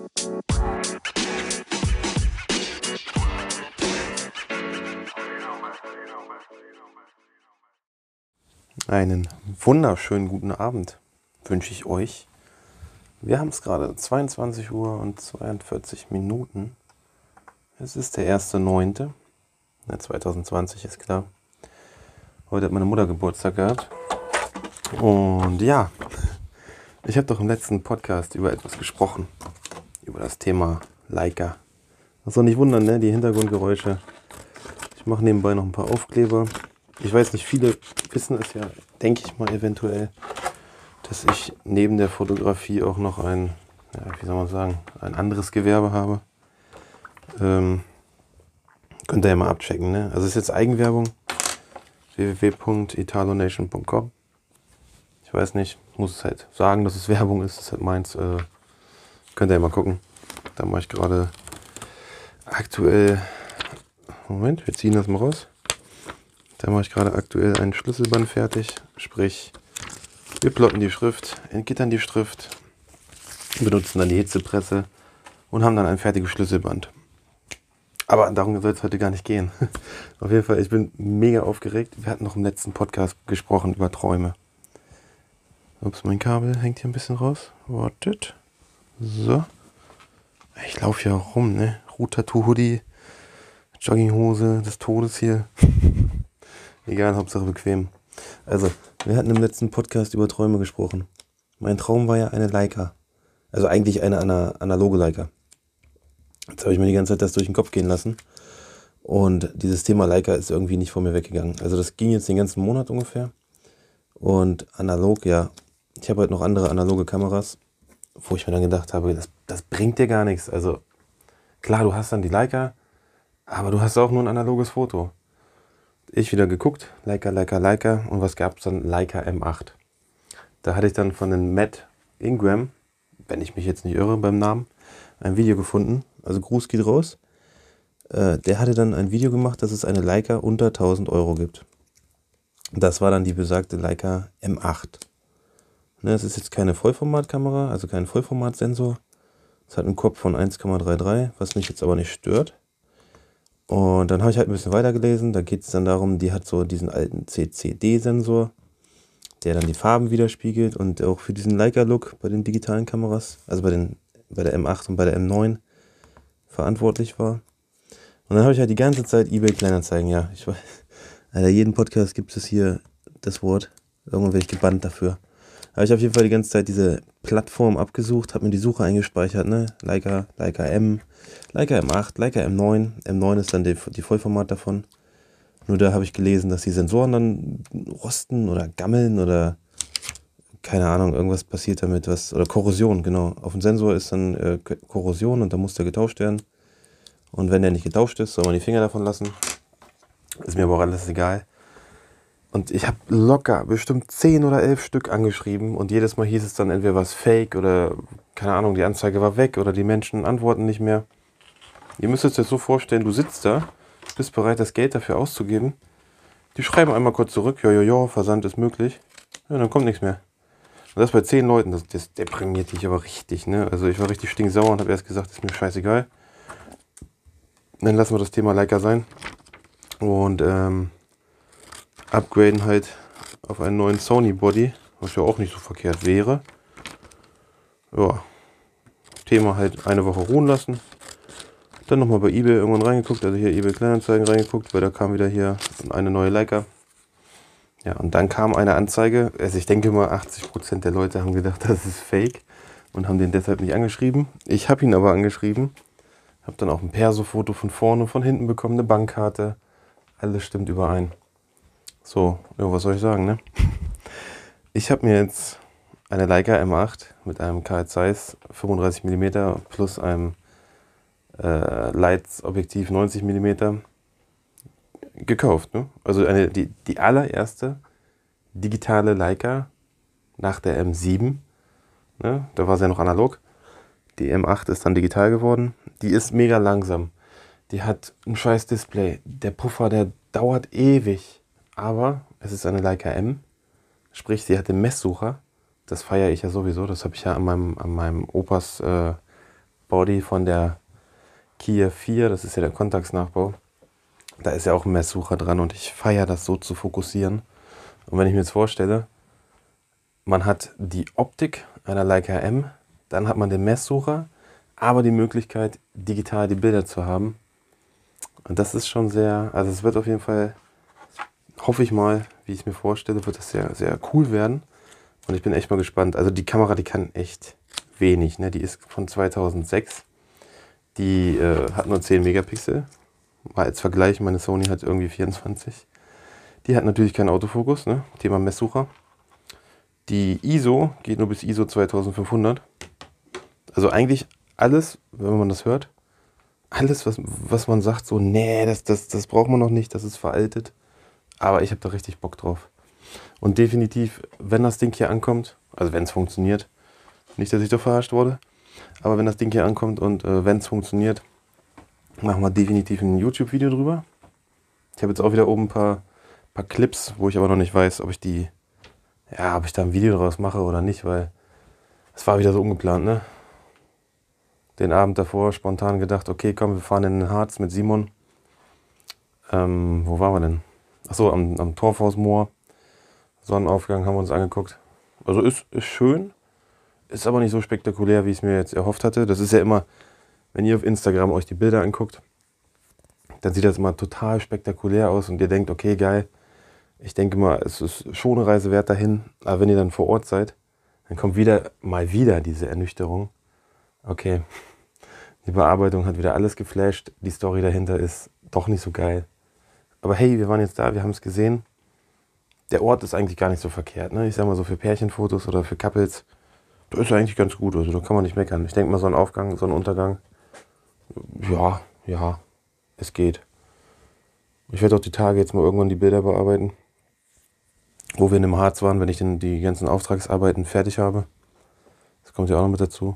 Einen wunderschönen guten Abend wünsche ich euch. Wir haben es gerade 22 Uhr und 42 Minuten. Es ist der 1.9. 2020, ist klar. Heute hat meine Mutter Geburtstag gehabt. Und ja, ich habe doch im letzten Podcast über etwas gesprochen. Über das Thema Leica. Das soll nicht wundern, ne? Die Hintergrundgeräusche. Ich mache nebenbei noch ein paar Aufkleber. Ich weiß nicht, viele wissen es ja, denke ich mal eventuell, dass ich neben der Fotografie auch noch ein anderes Gewerbe habe. Könnt ihr ja mal abchecken, ne? Also es ist jetzt Eigenwerbung. www.italonation.com. Ich weiß nicht, muss es halt sagen, dass es Werbung ist, das ist halt meins. Könnt ihr ja mal gucken. Da mache ich gerade aktuell, Moment, wir ziehen das mal raus. Da mache ich gerade aktuell ein Schlüsselband fertig, sprich, wir plotten die Schrift, entgittern die Schrift, benutzen dann die Hitzepresse und haben dann ein fertiges Schlüsselband. Aber darum soll es heute gar nicht gehen. Auf jeden Fall, ich bin mega aufgeregt. Wir hatten noch im letzten Podcast gesprochen über Träume. Ups, mein Kabel hängt hier ein bisschen raus. Wartet. So. Ich laufe hier auch rum, ne? Root-Tattoo-Hoodie, Jogginghose des Todes hier. Egal, Hauptsache bequem. Also, wir hatten im letzten Podcast über Träume gesprochen. Mein Traum war ja eine Leica. Also eigentlich eine analoge Leica. Jetzt habe ich mir die ganze Zeit das durch den Kopf gehen lassen. Und dieses Thema Leica ist irgendwie nicht von mir weggegangen. Also das ging jetzt den ganzen Monat ungefähr. Und analog, ja. Ich habe halt noch andere analoge Kameras, wo ich mir dann gedacht habe, das bringt dir gar nichts. Also klar, du hast dann die Leica, aber du hast auch nur ein analoges Foto. Ich wieder geguckt, Leica. Und was gab es dann? Leica M8. Da hatte ich dann von den Matt Ingram, wenn ich mich jetzt nicht irre beim Namen, ein Video gefunden. Also Gruß geht raus. Der hatte dann ein Video gemacht, dass es eine Leica unter 1000 Euro gibt. Das war dann die besagte Leica M8. Ne, es ist jetzt keine Vollformatkamera, also kein Vollformatsensor. Es hat einen Crop von 1,33, was mich jetzt aber nicht stört. Und dann habe ich halt ein bisschen weiter gelesen. Da geht es dann darum, die hat so diesen alten CCD-Sensor, der dann die Farben widerspiegelt und auch für diesen Leica-Look bei den digitalen Kameras, also bei der M8 und bei der M9 verantwortlich war. Und dann habe ich halt die ganze Zeit eBay Kleinanzeigen, ja, ich weiß, Alter, jeden Podcast gibt es hier das Wort, irgendwann werde ich gebannt dafür. Habe ich auf jeden Fall die ganze Zeit diese Plattform abgesucht, habe mir die Suche eingespeichert, ne, Leica M, Leica M8, Leica M9, M9 ist dann die Vollformat davon. Nur da habe ich gelesen, dass die Sensoren dann rosten oder gammeln oder keine Ahnung, irgendwas passiert damit, oder Korrosion, genau. Auf dem Sensor ist dann Korrosion und da muss der getauscht werden. Und wenn der nicht getauscht ist, soll man die Finger davon lassen. Ist mir aber auch alles egal. Und ich habe locker bestimmt 10 oder 11 Stück angeschrieben und jedes Mal hieß es dann entweder was Fake oder keine Ahnung, die Anzeige war weg oder die Menschen antworten nicht mehr. Ihr müsst es euch so vorstellen, du sitzt da, bist bereit, das Geld dafür auszugeben. Die schreiben einmal kurz zurück, ja, Versand ist möglich. Ja, dann kommt nichts mehr. Und das bei 10 Leuten, das deprimiert dich aber richtig, ne? Also ich war richtig stinksauer und habe erst gesagt, ist mir scheißegal. Dann lassen wir das Thema Leica sein. Und upgraden halt auf einen neuen Sony Body, was ja auch nicht so verkehrt wäre. Ja, Thema halt eine Woche ruhen lassen. Dann nochmal bei eBay irgendwann reingeguckt, also hier eBay Kleinanzeigen reingeguckt, weil da kam wieder hier eine neue Leica. Ja, und dann kam eine Anzeige, also ich denke mal 80% der Leute haben gedacht, das ist Fake und haben den deshalb nicht angeschrieben. Ich habe ihn aber angeschrieben, habe dann auch ein Perso-Foto von vorne und von hinten bekommen, eine Bankkarte, alles stimmt überein. So, ja, was soll ich sagen, ne? Ich habe mir jetzt eine Leica M8 mit einem Carl Zeiss 35 mm plus einem Leitz-Objektiv 90 mm gekauft. Ne? Also die allererste digitale Leica nach der M7. Ne? Da war sie ja noch analog. Die M8 ist dann digital geworden. Die ist mega langsam. Die hat ein scheiß Display. Der Puffer, der dauert ewig. Aber es ist eine Leica M. Sprich, sie hat den Messsucher. Das feiere ich ja sowieso. Das habe ich ja an meinem Opas Body von der Kia 4, das ist ja der Contax-Nachbau. Da ist ja auch ein Messsucher dran und ich feiere das so zu fokussieren. Und wenn ich mir jetzt vorstelle, man hat die Optik einer Leica M, dann hat man den Messsucher, aber die Möglichkeit, digital die Bilder zu haben. Und das ist schon sehr, also es wird auf jeden Fall, hoffe ich mal, wie ich es mir vorstelle, wird das sehr, sehr cool werden. Und ich bin echt mal gespannt. Also die Kamera, die kann echt wenig, ne? Die ist von 2006. Die hat nur 10 Megapixel. Mal als Vergleich, meine Sony hat irgendwie 24. Die hat natürlich keinen Autofokus, ne? Thema Messsucher. Die ISO geht nur bis ISO 2500. Also eigentlich alles, wenn man das hört, alles, was man sagt, so, nee, das braucht man noch nicht, das ist veraltet. Aber ich habe da richtig Bock drauf. Und definitiv, wenn das Ding hier ankommt, also wenn es funktioniert, nicht, dass ich da verarscht wurde, aber wenn das Ding hier ankommt und wenn es funktioniert, machen wir definitiv ein YouTube-Video drüber. Ich habe jetzt auch wieder oben ein paar Clips, wo ich aber noch nicht weiß, ob ich da ein Video draus mache oder nicht, weil es war wieder so ungeplant, ne? Den Abend davor spontan gedacht, okay, komm, wir fahren in den Harz mit Simon. Wo waren wir denn? Achso, am Torfhausmoor. Sonnenaufgang haben wir uns angeguckt. Also ist schön, ist aber nicht so spektakulär, wie ich es mir jetzt erhofft hatte. Das ist ja immer, wenn ihr auf Instagram euch die Bilder anguckt, dann sieht das immer total spektakulär aus und ihr denkt, okay, geil. Ich denke mal, es ist schon eine Reise wert dahin. Aber wenn ihr dann vor Ort seid, dann kommt mal wieder diese Ernüchterung. Okay, die Bearbeitung hat wieder alles geflasht. Die Story dahinter ist doch nicht so geil. Aber hey, wir waren jetzt da, wir haben es gesehen. Der Ort ist eigentlich gar nicht so verkehrt, ne? Ich sag mal so für Pärchenfotos oder für Couples, da ist er eigentlich ganz gut, also da kann man nicht meckern. Ich denke mal, so ein Aufgang, so ein Untergang, ja, es geht. Ich werde auch die Tage jetzt mal irgendwann die Bilder bearbeiten, wo wir in dem Harz waren, wenn ich dann die ganzen Auftragsarbeiten fertig habe. Das kommt ja auch noch mit dazu.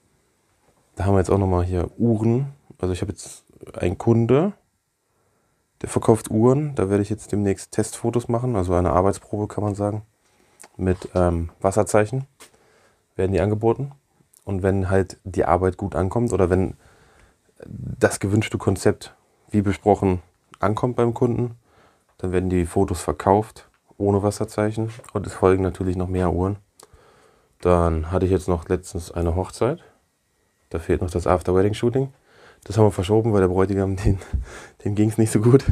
Da haben wir jetzt auch nochmal hier Uhren. Also ich habe jetzt einen Kunde, der verkauft Uhren. Da werde ich jetzt demnächst Testfotos machen, also eine Arbeitsprobe kann man sagen. Mit Wasserzeichen werden die angeboten. Und wenn halt die Arbeit gut ankommt oder wenn das gewünschte Konzept, wie besprochen, ankommt beim Kunden, dann werden die Fotos verkauft ohne Wasserzeichen und es folgen natürlich noch mehr Uhren. Dann hatte ich jetzt noch letztens eine Hochzeit. Da fehlt noch das After-Wedding-Shooting. Das haben wir verschoben, weil der Bräutigam, dem ging es nicht so gut.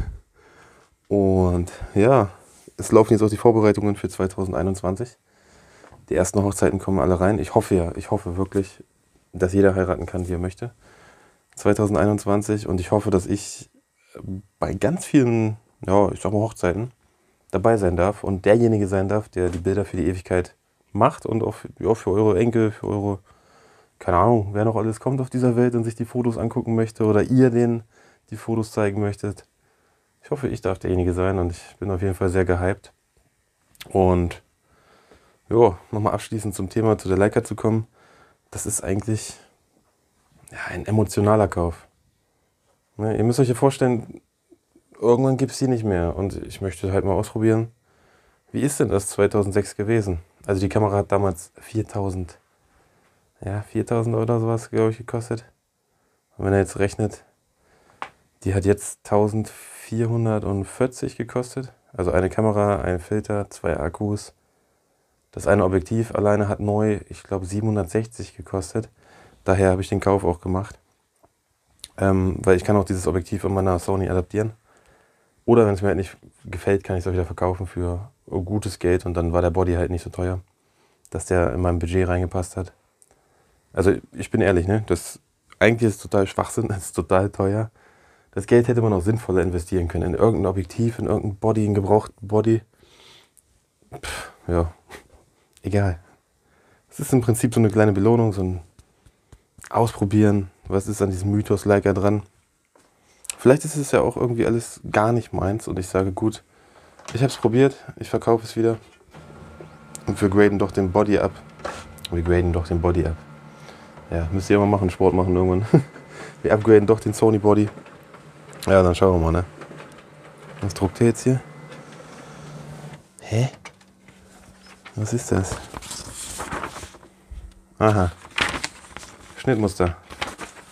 Und ja, es laufen jetzt auch die Vorbereitungen für 2021. Die ersten Hochzeiten kommen alle rein. Ich hoffe wirklich, dass jeder heiraten kann, wie er möchte. 2021 und ich hoffe, dass ich bei ganz vielen, ja, ich sag mal Hochzeiten dabei sein darf und derjenige sein darf, der die Bilder für die Ewigkeit macht und auch für eure Enkel, für eure, keine Ahnung, wer noch alles kommt auf dieser Welt und sich die Fotos angucken möchte oder ihr denen die Fotos zeigen möchtet. Ich hoffe, ich darf derjenige sein und ich bin auf jeden Fall sehr gehypt. Und ja, nochmal abschließend zum Thema, zu der Leica zu kommen. Das ist eigentlich ja, ein emotionaler Kauf. Ne, ihr müsst euch ja vorstellen, irgendwann gibt es die nicht mehr und ich möchte halt mal ausprobieren, wie ist denn das 2006 gewesen? Also die Kamera hat damals 4.000 oder sowas, glaube ich, gekostet. Und wenn er jetzt rechnet, die hat jetzt 1.440 gekostet. Also eine Kamera, ein Filter, 2 Akkus. Das eine Objektiv alleine hat neu, ich glaube, 760 gekostet. Daher habe ich den Kauf auch gemacht. Weil ich kann auch dieses Objektiv in meiner Sony adaptieren. Oder wenn es mir halt nicht gefällt, kann ich es auch wieder verkaufen für gutes Geld. Und dann war der Body halt nicht so teuer, dass der in mein Budget reingepasst hat. Also ich bin ehrlich, ne? Eigentlich ist es total Schwachsinn, das ist total teuer. Das Geld hätte man auch sinnvoller investieren können. In irgendein Objektiv, in irgendein Body, einen gebrauchten Body. Ja, egal. Es ist im Prinzip so eine kleine Belohnung, so ein Ausprobieren. Was ist an diesem Mythos Leica dran? Vielleicht ist es ja auch irgendwie alles gar nicht meins und ich sage, gut, ich habe es probiert, ich verkaufe es wieder und wir graden doch den Body ab. Ja, müsst ihr mal machen, Sport machen irgendwann. Wir upgraden doch den Sony Body. Ja, dann schauen wir mal, ne? Was druckt der jetzt hier? Hä? Was ist das? Aha. Schnittmuster.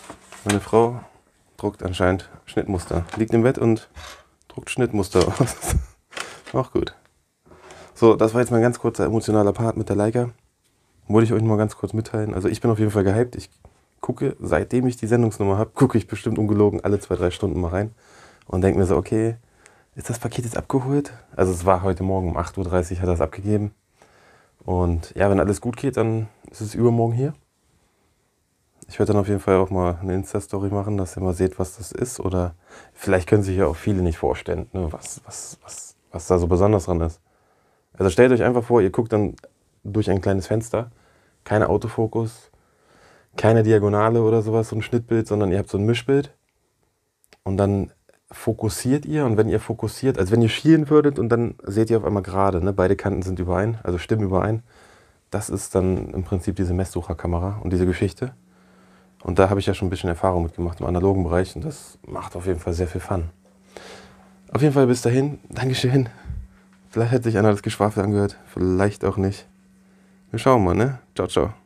Meine Frau druckt anscheinend Schnittmuster. Liegt im Bett und druckt Schnittmuster aus. Auch gut. So, das war jetzt mein ganz kurzer emotionaler Part mit der Leica. Wollte ich euch nur mal ganz kurz mitteilen. Also ich bin auf jeden Fall gehypt. Ich gucke, seitdem ich die Sendungsnummer habe, gucke ich bestimmt ungelogen alle 2-3 Stunden mal rein. Und denke mir so, okay, ist das Paket jetzt abgeholt? Also es war heute Morgen um 8:30 Uhr, hat er es abgegeben. Und ja, wenn alles gut geht, dann ist es übermorgen hier. Ich werde dann auf jeden Fall auch mal eine Insta-Story machen, dass ihr mal seht, was das ist. Oder vielleicht können sich ja auch viele nicht vorstellen, ne, was da so besonders dran ist. Also stellt euch einfach vor, ihr guckt dann durch ein kleines Fenster, keine Autofokus, keine Diagonale oder sowas, so ein Schnittbild, sondern ihr habt so ein Mischbild und dann fokussiert ihr und wenn ihr fokussiert, als wenn ihr schielen würdet und dann seht ihr auf einmal gerade, ne, beide Kanten sind überein, also stimmen überein. Das ist dann im Prinzip diese Messsucherkamera und diese Geschichte. Und da habe ich ja schon ein bisschen Erfahrung mitgemacht im analogen Bereich und das macht auf jeden Fall sehr viel Fun. Auf jeden Fall bis dahin, Dankeschön. Vielleicht hat sich einer das Geschwafel angehört, vielleicht auch nicht. Wir schauen mal, ne? Ciao, ciao.